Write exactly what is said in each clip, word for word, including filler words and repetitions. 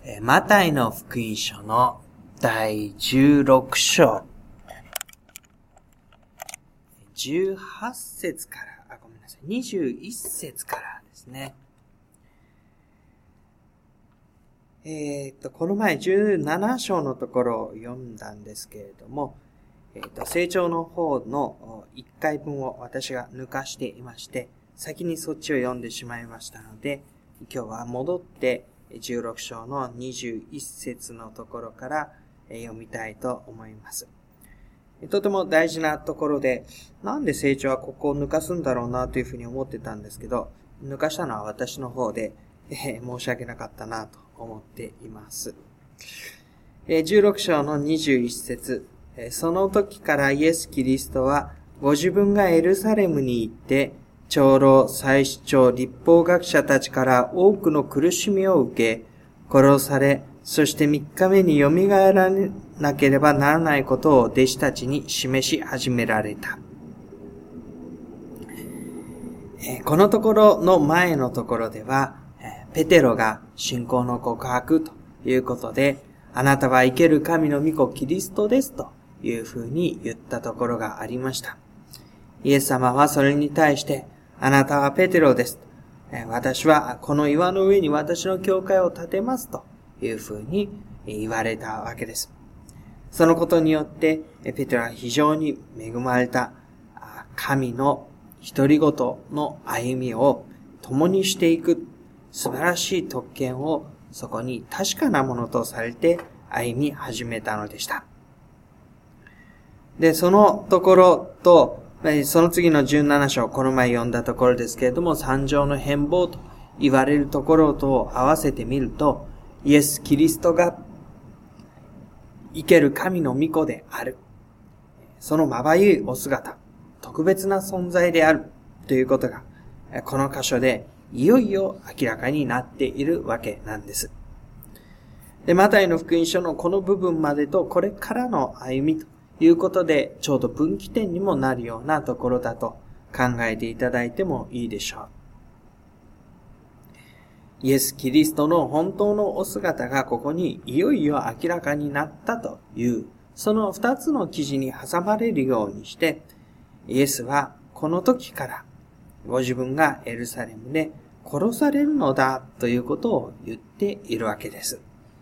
マタイの福音書のだいじゅうろく章、じゅうはち節から、あ、ごめんなさい、にじゅういち節からですね。えっと、この前じゅうなな章のところを読んだんですけれども、えっと、成長の方のいっかいぶんを私が抜かしていまして、先にそっちを読んでしまいましたので、今日は戻ってじゅうろく章のにじゅういち節のところから読みたいと思います。とても大事なところで、なんで成長はここを抜かすんだろうなというふうに思ってたんですけど、抜かしたのは私の方で、えー、申し訳なかったなと思っています。えー、じゅうろく章のにじゅういち節、えー、その時からイエス・キリストはご自分がエルサレムに行って、長老、祭司長、律法学者たちから多くの苦しみを受け、殺され、そしてみっかめに蘇らなければならないことを弟子たちに示し始められた。このところの前のところでは、ペテロが信仰の告白ということで、あなたは生ける神の御子キリストですというふうに言ったところがありました。イエス様はそれに対して、あなたはペテロです。私はこの岩の上に私の教会を建てますというふうに言われたわけです。そのことによってペテロは非常に恵まれた神の独り言の歩みを共にしていく素晴らしい特権をそこに確かなものとされて歩み始めたのでした。で、そのところとその次のじゅうなな章、この前読んだところですけれども、三条の変貌と言われるところと合わせてみると、イエス・キリストが生ける神の御子である。そのまばゆいお姿、特別な存在であるということが、この箇所でいよいよ明らかになっているわけなんです。で、マタイの福音書のこの部分までとこれからの歩みということで、ちょうど分岐点にもなるようなところだと考えていただいてもいいでしょう。イエス・キリストの本当のお姿がここにいよいよ明らかになったという、その二つの記事に挟まれるようにして、イエスはこの時からご自分がエルサレムで殺されるのだということを言っているわけです。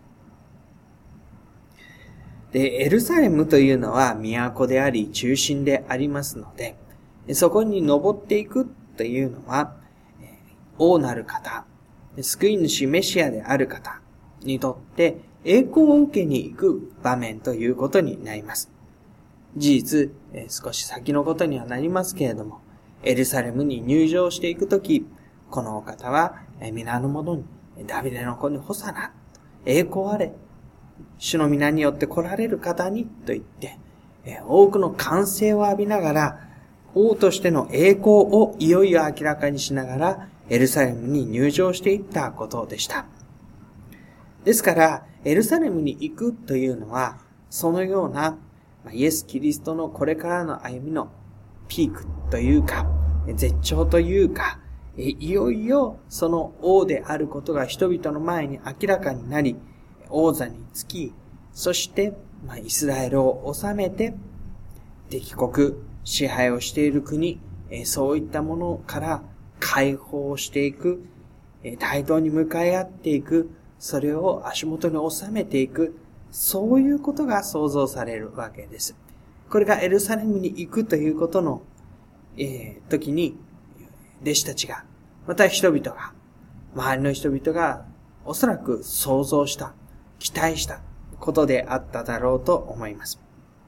で、エルサレムというのは都であり中心でありますので、そこに登っていくというのは、王なる方、救い主メシアである方にとって栄光を受けに行く場面ということになります。事実、少し先のことにはなりますけれども、エルサレムに入場していくとき、このお方は皆の者に、ダビデの子にホサナ、栄光あれ、主の皆によって来られる方にと言って、多くの歓声を浴びながら、王としての栄光をいよいよ明らかにしながら、エルサレムに入場していったことでした。ですから、エルサレムに行くというのは、そのような、イエス・キリストのこれからの歩みのピークというか、絶頂というか、いよいよその王であることが人々の前に明らかになり、王座につき、そして、まあ、イスラエルを治めて、敵国、支配をしている国、そういったものから解放していく、対等に向かい合っていく、それを足元に収めていく、そういうことが想像されるわけです。これがエルサレムに行くということの、えー、時に、弟子たちが、また人々が、周りの人々がおそらく想像した、期待したことであっただろうと思います。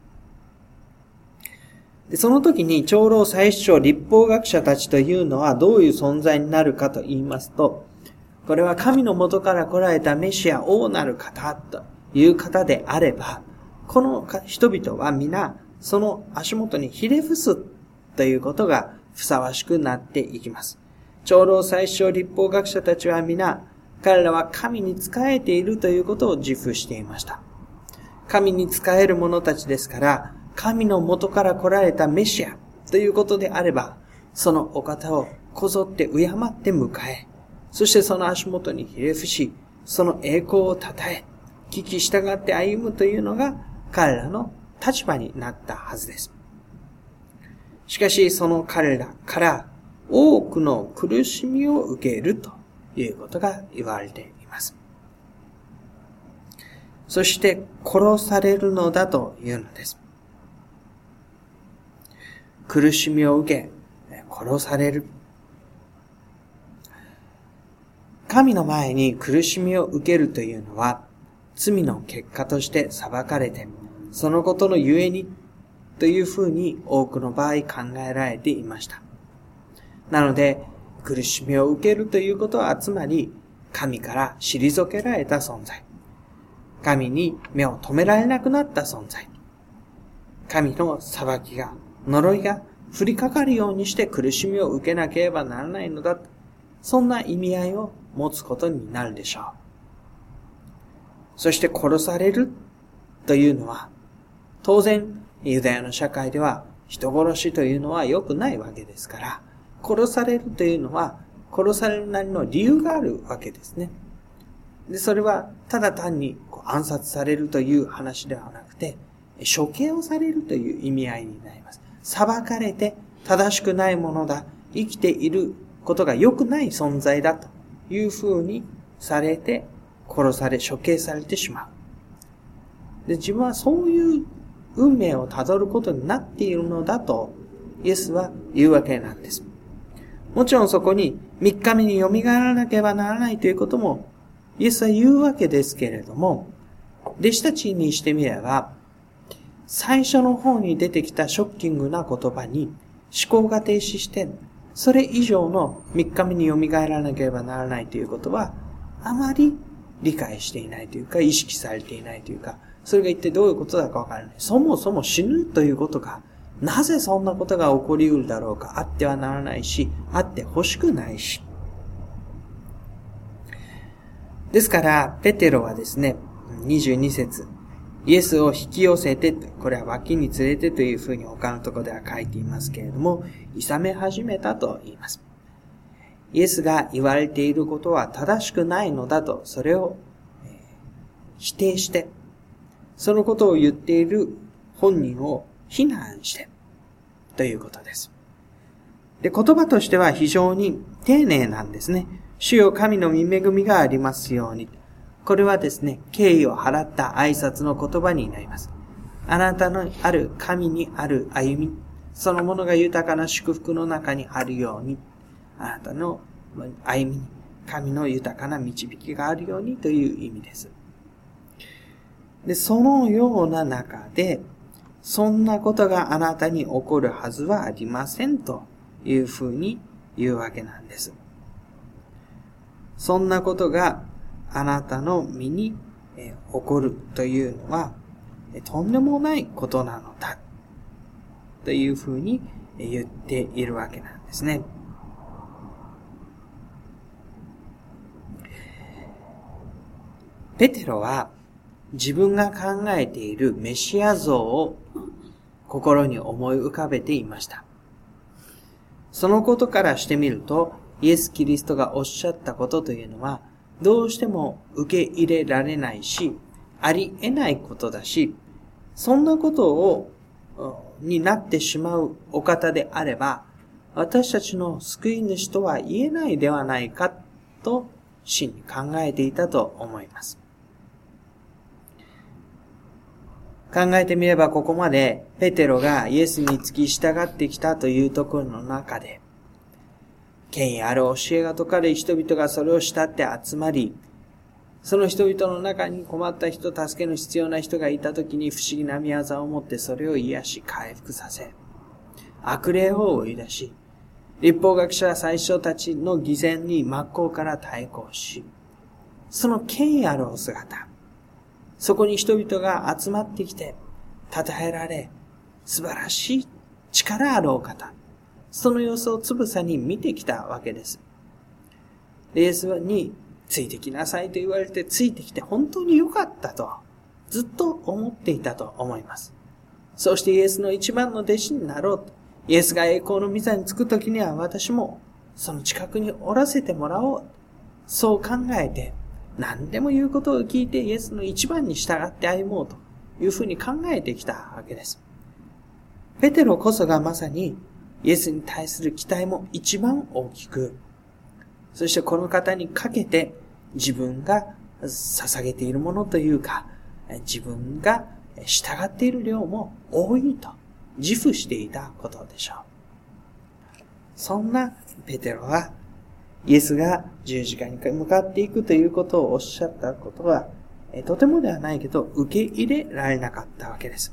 で、その時に長老、祭司長、律法学者たちというのはどういう存在になるかと言いますと、これは神の元から来られたメシア、王なる方という方であれば、この人々は皆その足元にひれ伏すということがふさわしくなっていきます。長老、祭司長、律法学者たちは皆、彼らは神に仕えているということを自負していました。神に仕える者たちですから、神の元から来られたメシアということであれば、そのお方をこぞって敬って迎え、そしてその足元にひれ伏し、 その栄光をたたえ、聞き従って歩むというのが彼らの立場になったはずです。しかしその彼らから多くの苦しみを受けるということが言われています。そして殺されるのだというのです。苦しみを受け、殺される。神の前に苦しみを受けるというのは、罪の結果として裁かれて、そのことのゆえにというふうに多くの場合考えられていました。なので、苦しみを受けるということは、つまり、神から退けられた存在。神に目を留められなくなった存在。神の裁きが、呪いが降りかかるようにして苦しみを受けなければならないのだ。そんな意味合いを持つことになるでしょう。そして殺されるというのは、当然、ユダヤの社会では人殺しというのは良くないわけですから、殺されるというのは殺されるなりの理由があるわけですね。で、それはただ単に暗殺されるという話ではなくて、処刑をされるという意味合いになります。裁かれて正しくないものだ、生きていることが良くない存在だというふうにされて、殺され、処刑されてしまう。で、自分はそういう運命をたどることになっているのだと、イエスは言うわけなんです。もちろんそこに三日目に蘇らなければならないということも、イエスは言うわけですけれども、弟子たちにしてみれば、最初の方に出てきたショッキングな言葉に思考が停止して、それ以上の三日目に蘇らなければならないということは、あまり理解していないというか、意識されていないというか、それが一体どういうことだかわからない。そもそも死ぬということが、なぜそんなことが起こり得るだろうか、あってはならないし、あってほしくないし。ですから、ペテロはですね、にじゅうに節、イエスを引き寄せて、これは脇に連れてというふうに他のところでは書いていますけれども、諌め始めたと言います。イエスが言われていることは正しくないのだと、それを、えー、否定して、そのことを言っている本人を非難して、ということです。で、言葉としては非常に丁寧なんですね。主よ神の御恵みがありますように。これはですね、敬意を払った挨拶の言葉になります。あなたのある神にある歩み、そのものが豊かな祝福の中にあるように、あなたの歩みに神の豊かな導きがあるようにという意味です。で、そのような中で、そんなことがあなたに起こるはずはありませんというふうに言うわけなんです。そんなことがあなたの身に起こるというのはとんでもないことなのだというふうに言っているわけなんですね。ペテロは自分が考えているメシア像を心に思い浮かべていました。そのことからしてみると、イエス・キリストがおっしゃったことというのは、どうしても受け入れられないし、ありえないことだし、そんなことを、になってしまうお方であれば、私たちの救い主とは言えないではないかと、真に考えていたと思います。考えてみればここまでペテロがイエスに付き従ってきたというところの中で、権威ある教えが説かれ人々がそれを慕って集まり、その人々の中に困った人、助けの必要な人がいたときに不思議な御業を持ってそれを癒し回復させ、悪霊を追い出し、律法学者最初たちの偽善に真っ向から対抗し、その権威あるお姿、そこに人々が集まってきて、称えられ、素晴らしい力あるお方、その様子をつぶさに見てきたわけです。イエスについてきなさいと言われてついてきて本当に良かったと、ずっと思っていたと思います。そしてイエスの一番の弟子になろうと、イエスが栄光の御座に着くときには私もその近くにおらせてもらおう。そう考えて、 何でも言うことを聞いてイエスの一番に従って歩もうというふうに考えてきたわけです。ペテロこそがまさにイエスに対する期待も一番大きく、そしてこの方にかけて自分が捧げているものというか、自分が従っている量も多いと自負していたことでしょう。そんなペテロはイエスが十字架に向かっていくということをおっしゃったことは、とてもではないけど受け入れられなかったわけです。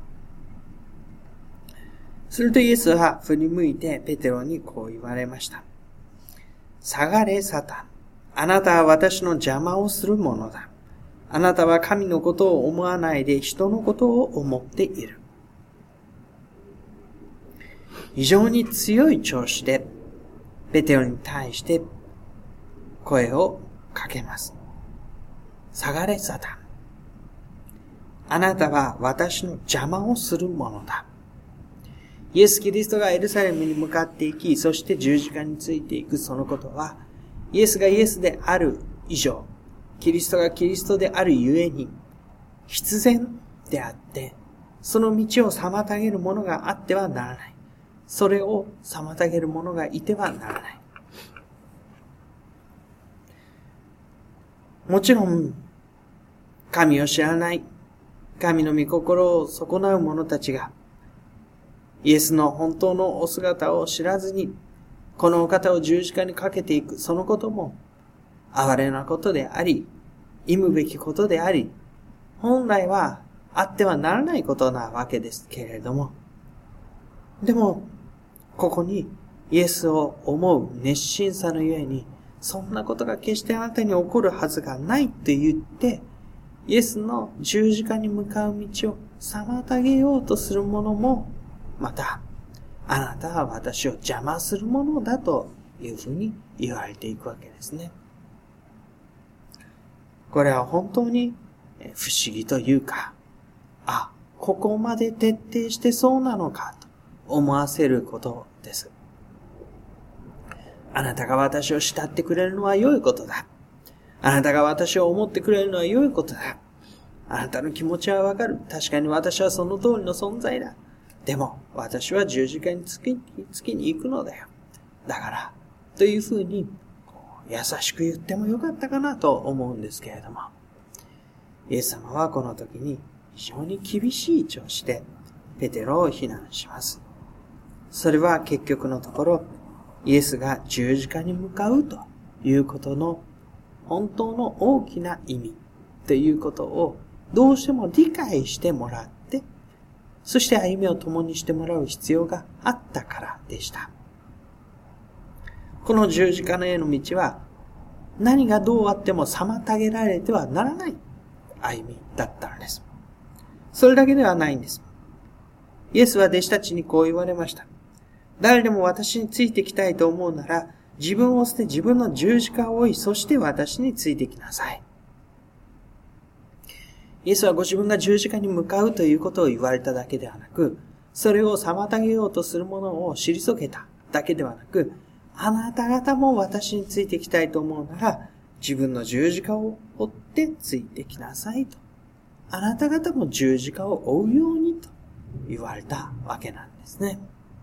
するとイエスは振り向いてペテロにこう言われました。下がれサタン。あなたは私の邪魔をするものだ。あなたは神のことを思わないで人のことを思っている。非常に強い調子でペテロに対して声をかけます。下がれサタン。あなたは私の邪魔をするものだ。イエス・キリストがエルサレムに向かっていき、そして十字架についていくそのことは、イエスがイエスである以上、キリストがキリストであるゆえに、必然であって、その道を妨げるものがあってはならない。それを妨げるものがいてはならない。もちろん、神を知らない、神の御心を損なう者たちが、イエスの本当のお姿を知らずに、このお方を十字架にかけていく、そのことも、哀れなことであり、忌むべきことであり、本来はあってはならないことなわけですけれども、でも、ここにイエスを思う熱心さのゆえに、そんなことが決してあなたに起こるはずがないと言って、イエスの十字架に向かう道を妨げようとする者も、また、あなたは私を邪魔するものだというふうに言われていくわけですね。これは本当に不思議というか、あ、ここまで徹底してそうなのかと思わせることです。あなたが私を慕ってくれるのは良いことだ。あなたが私を思ってくれるのは良いことだ。あなたの気持ちはわかる。確かに私はその通りの存在だ。でも、私は十字架につき、つきに行くのだよ。だから、というふうに、優しく言ってもよかったかなと思うんですけれども、イエス様はこの時に非常に厳しい調子でペテロを非難します。それは結局のところ、イエスが十字架に向かうということの本当の大きな意味ということをどうしても理解してもらって、そして歩みを共にしてもらう必要があったからでした。この十字架のへの道は何がどうあっても妨げられてはならない歩みだったのです。それだけではないんです。イエスは弟子たちにこう言われました。誰でも私についてきたいと思うなら、自分を捨て自分の十字架を追い、そして私についてきなさい。イエスはご自分が十字架に向かうということを言われただけではなく、それを妨げようとする者を退けただけではなく、あなた方も私についてきたいと思うなら、自分の十字架を追ってついてきなさいと。あなた方も十字架を追うようにと言われたわけなんですね。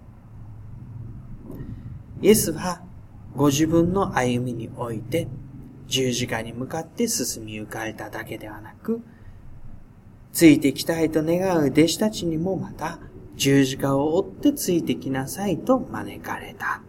イエスはご自分の歩みにおいて十字架に向かって進みゆかれただけではなく、ついてきたいと願う弟子たちにもまた十字架を追ってついてきなさいと招かれた。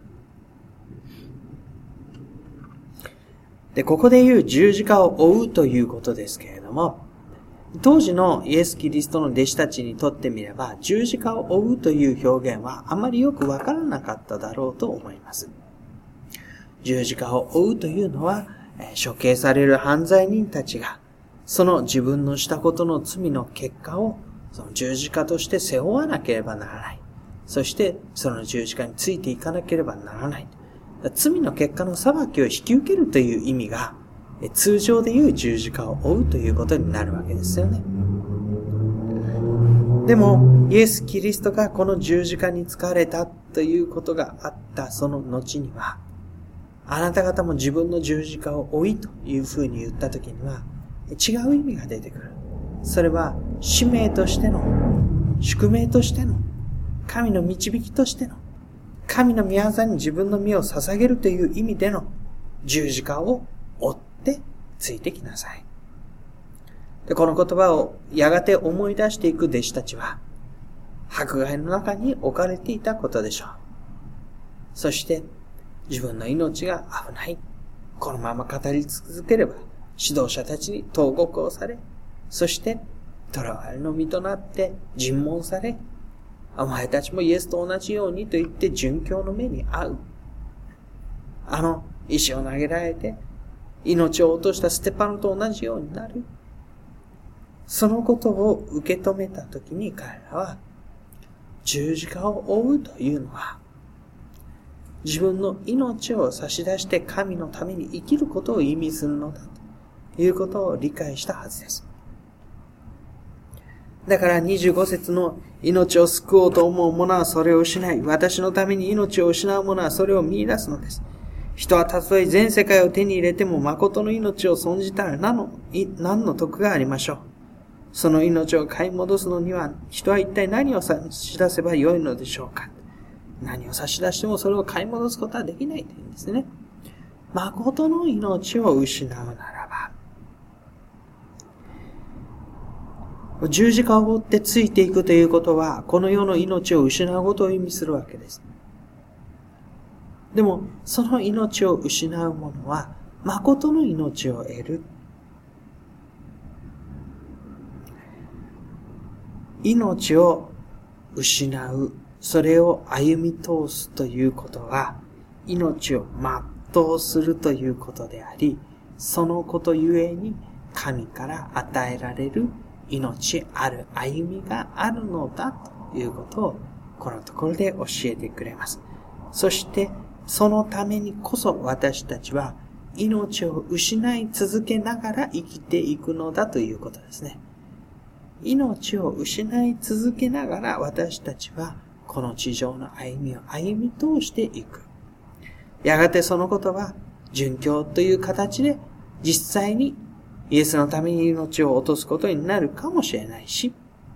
で、ここで言う十字架を追うということですけれども、当時のイエス・キリストの弟子たちにとってみれば、十字架を追うという表現はあまりよくわからなかっただろうと思います。十字架を追うというのは、処刑される犯罪人たちが、その自分のしたことの罪の結果を、その十字架として背負わなければならない。そして、その十字架についていかなければならない。罪の結果の裁きを引き受けるという意味が、通常でいう十字架を追うということになるわけですよね。でも、イエス・キリストがこの十字架につかれたということがあったその後には、 あなた方も自分の十字架を追いというふうに言ったときには、違う意味が出てくる。それは、使命としての、宿命としての、神の導きとしての、神の御業に自分の身を捧げるという意味での十字架を追ってついてきなさい。で、この言葉をやがて思い出していく弟子たちは、迫害の中に置かれていたことでしょう。そして、自分の命が危ない。このまま語り続ければ、指導者たちに投獄をされ、そして、囚われの身となって尋問され、お前たちもイエスと同じようにと言って殉教の目に遭う。あの石を投げられて、命を落としたステパノと同じようになる。そのことを受け止めたときに彼らは、十字架を追うというのは、自分の命を差し出して神のために生きることを意味するのだということを理解したはずです。だからにじゅうご節の命を救おうと思う者はそれを失い、私のために命を失う者はそれを見出すのです。人はたとえ全世界を手に入れても誠の命を損じたら何の、何の得がありましょう。その命を買い戻すのには人は一体何を差し出せばよいのでしょうか。何を差し出してもそれを買い戻すことはできないというんですね。誠の命を失うならば、十字架を追ってついていくということは、この世の命を失うことを意味するわけです。でも、その命を失う者は、誠の命を得る。命を失う。それを歩み通すということは、命を全うするということであり、そのことゆえに神から与えられる命ある歩みがあるのだということをこのところで教えてくれます。そしてそのためにこそ私たちは命を失い続けながら生きていくのだということですね。命を失い続けながら私たちはこの地上の歩みを歩み通していく。やがてそのことは殉教という形で実際にイエスのために命を落とすことになるかもしれないし、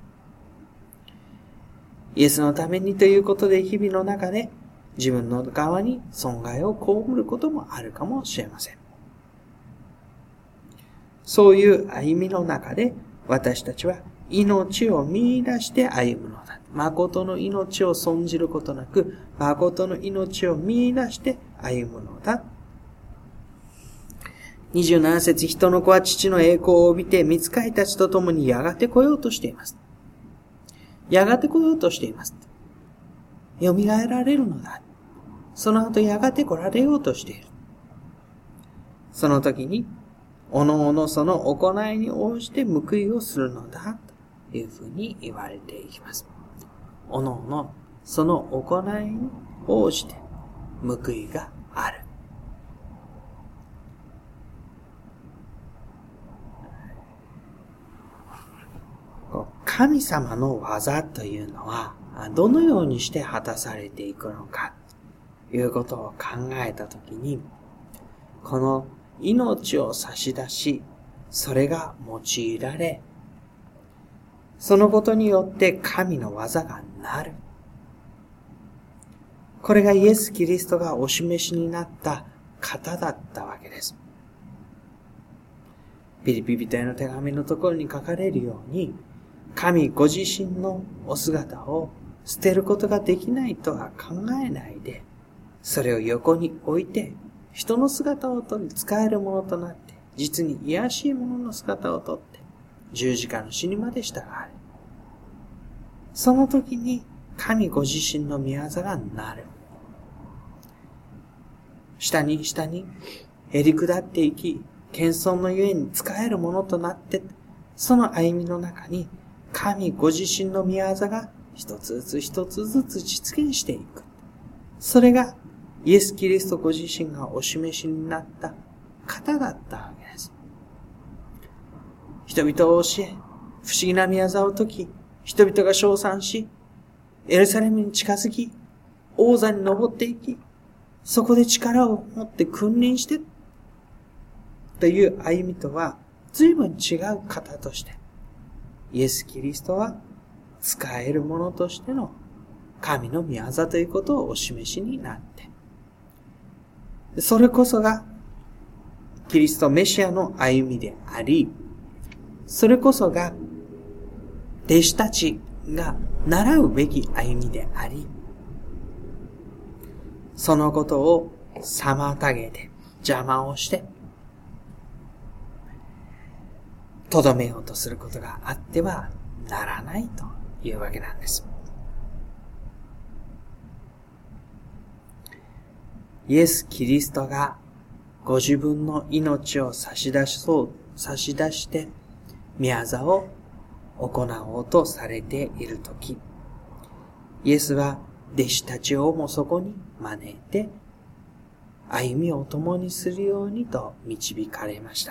イエスのためにということで日々の中で自分の側に損害を被ることもあるかもしれません。そういう歩みの中で私たちは命を見出して歩むのだ。誠の命を損じることなく、誠の命を見出して歩むのだ。にじゅうなな節、人の子は父の栄光を帯びて、御使いたちと共にやがて来ようとしています。やがて来ようとしています。蘇られるのだ。その後やがて来られようとしている。その時に、おのおのその行いに応じて報いをするのだ。というふうに言われていきます。おのおのその行いに応じて報いがある。神様の技というのはどのようにして果たされていくのかということを考えたときに、この命を差し出し、それが用いられ、そのことによって神の技がなる。これがイエス・キリストがお示しになった方だったわけです。ピリピ人への手紙のところに書かれるように、神ご自身のお姿を捨てることができないとは考えないで、それを横に置いて、人の姿をとり使えるものとなって、実に卑しいものの姿をとって、十字架の死にまで従われ。その時に神ご自身の御業がなる。下に下にへり下っていき、謙遜のゆえに使えるものとなって、その歩みの中に神ご自身の御業が一つずつ一つずつ実現していく。それがイエス・キリストご自身がお示しになった方だったわけです。人々を教え、不思議な御業を解き、人々が称賛し、エルサレムに近づき、王座に登っていき、 そこで力を持って君臨してという歩みとは随分違う方として、イエス・キリストは使えるものとしての神の御業ということをお示しになって、それこそがキリストメシアの歩みであり、それこそが弟子たちが習うべき歩みであり、そのことを妨げて邪魔をしてとどめようとすることがあってはならないというわけなんです。イエス・キリストがご自分の命を差し出しそう、差し出して宮業を行おうとされているとき、イエスは弟子たちをもそこに招いて歩みを共にするようにと導かれました。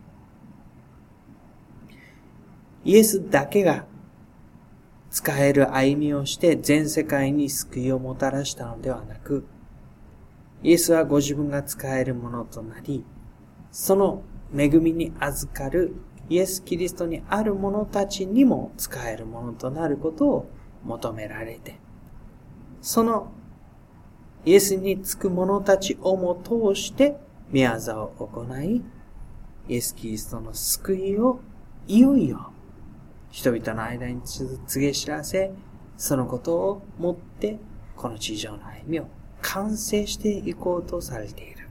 イエスだけが使える歩みをして全世界に救いをもたらしたのではなく、イエスはご自分が使えるものとなり、その恵みに預かるイエス・キリストにある者たちにも使えるものとなることを求められて、そのイエスにつく者たちをも通して御業を行い、イエス・キリストの救いをいよいよ人々の間に告げ知らせ、そのことをもってこの地上の歩みを完成していこうとされている。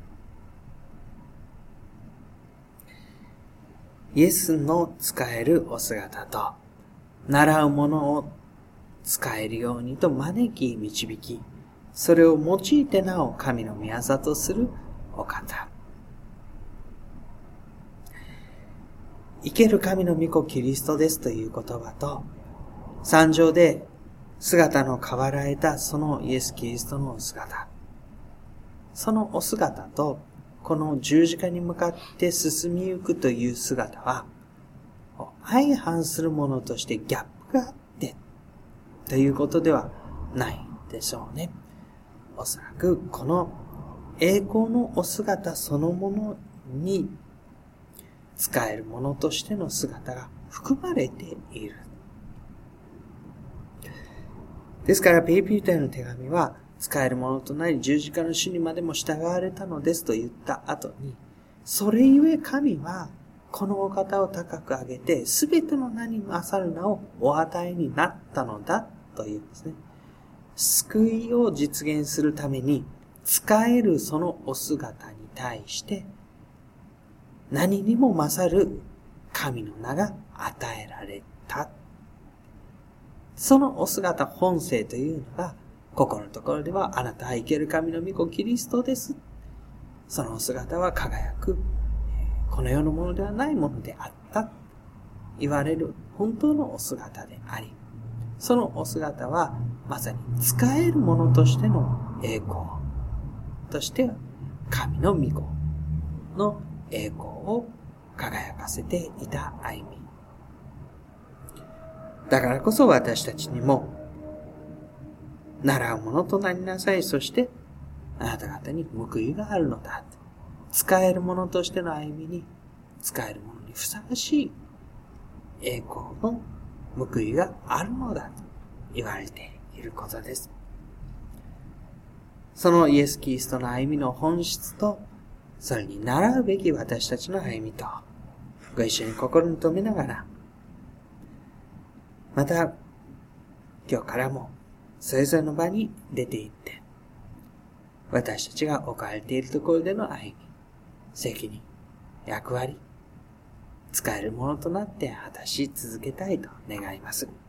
イエスの使えるお姿と、習うものを使えるようにと招き導き、それを用いてなお神の御業とするお方。生ける神の御子キリストですという言葉と、山上で姿の変わられたそのイエス・キリストのお姿。そのお姿と、この十字架に向かって進みゆくという姿は、相反するものとしてギャップがあって、ということではないでしょうね。おそらくこの栄光のお姿そのものに使えるものとしての姿が含まれている。ですからピリピリトへの手紙は使えるものとなり十字架の主にまでも従われたのですと言った後に、それゆえ神はこのお方を高く上げてすべての名に勝る名をお与えになったのだというんですね。救いを実現するために使えるそのお姿に対して何にも勝る神の名が与えられた。そのお姿本性というのがここのところではあなたは生ける神の御子キリストです。そのお姿は輝くこの世のものではないものであった言われる本当のお姿であり、そのお姿はまさに使えるものとしての栄光として神の御子の栄光を輝かせていた歩み。だからこそ私たちにも習うものとなりなさい。そしてあなた方に報いがあるのだ。使えるものとしての歩みに使えるものにふさわしい栄光の報いがあるのだと言われていることです。そのイエス・キリストの歩みの本質と、それに習うべき私たちの歩みと、ご一緒に心に留めながら、また今日からもそれぞれの場に出て行って、私たちが置かれているところでの歩み、責任、役割、使えるものとなって果たし続けたいと願います。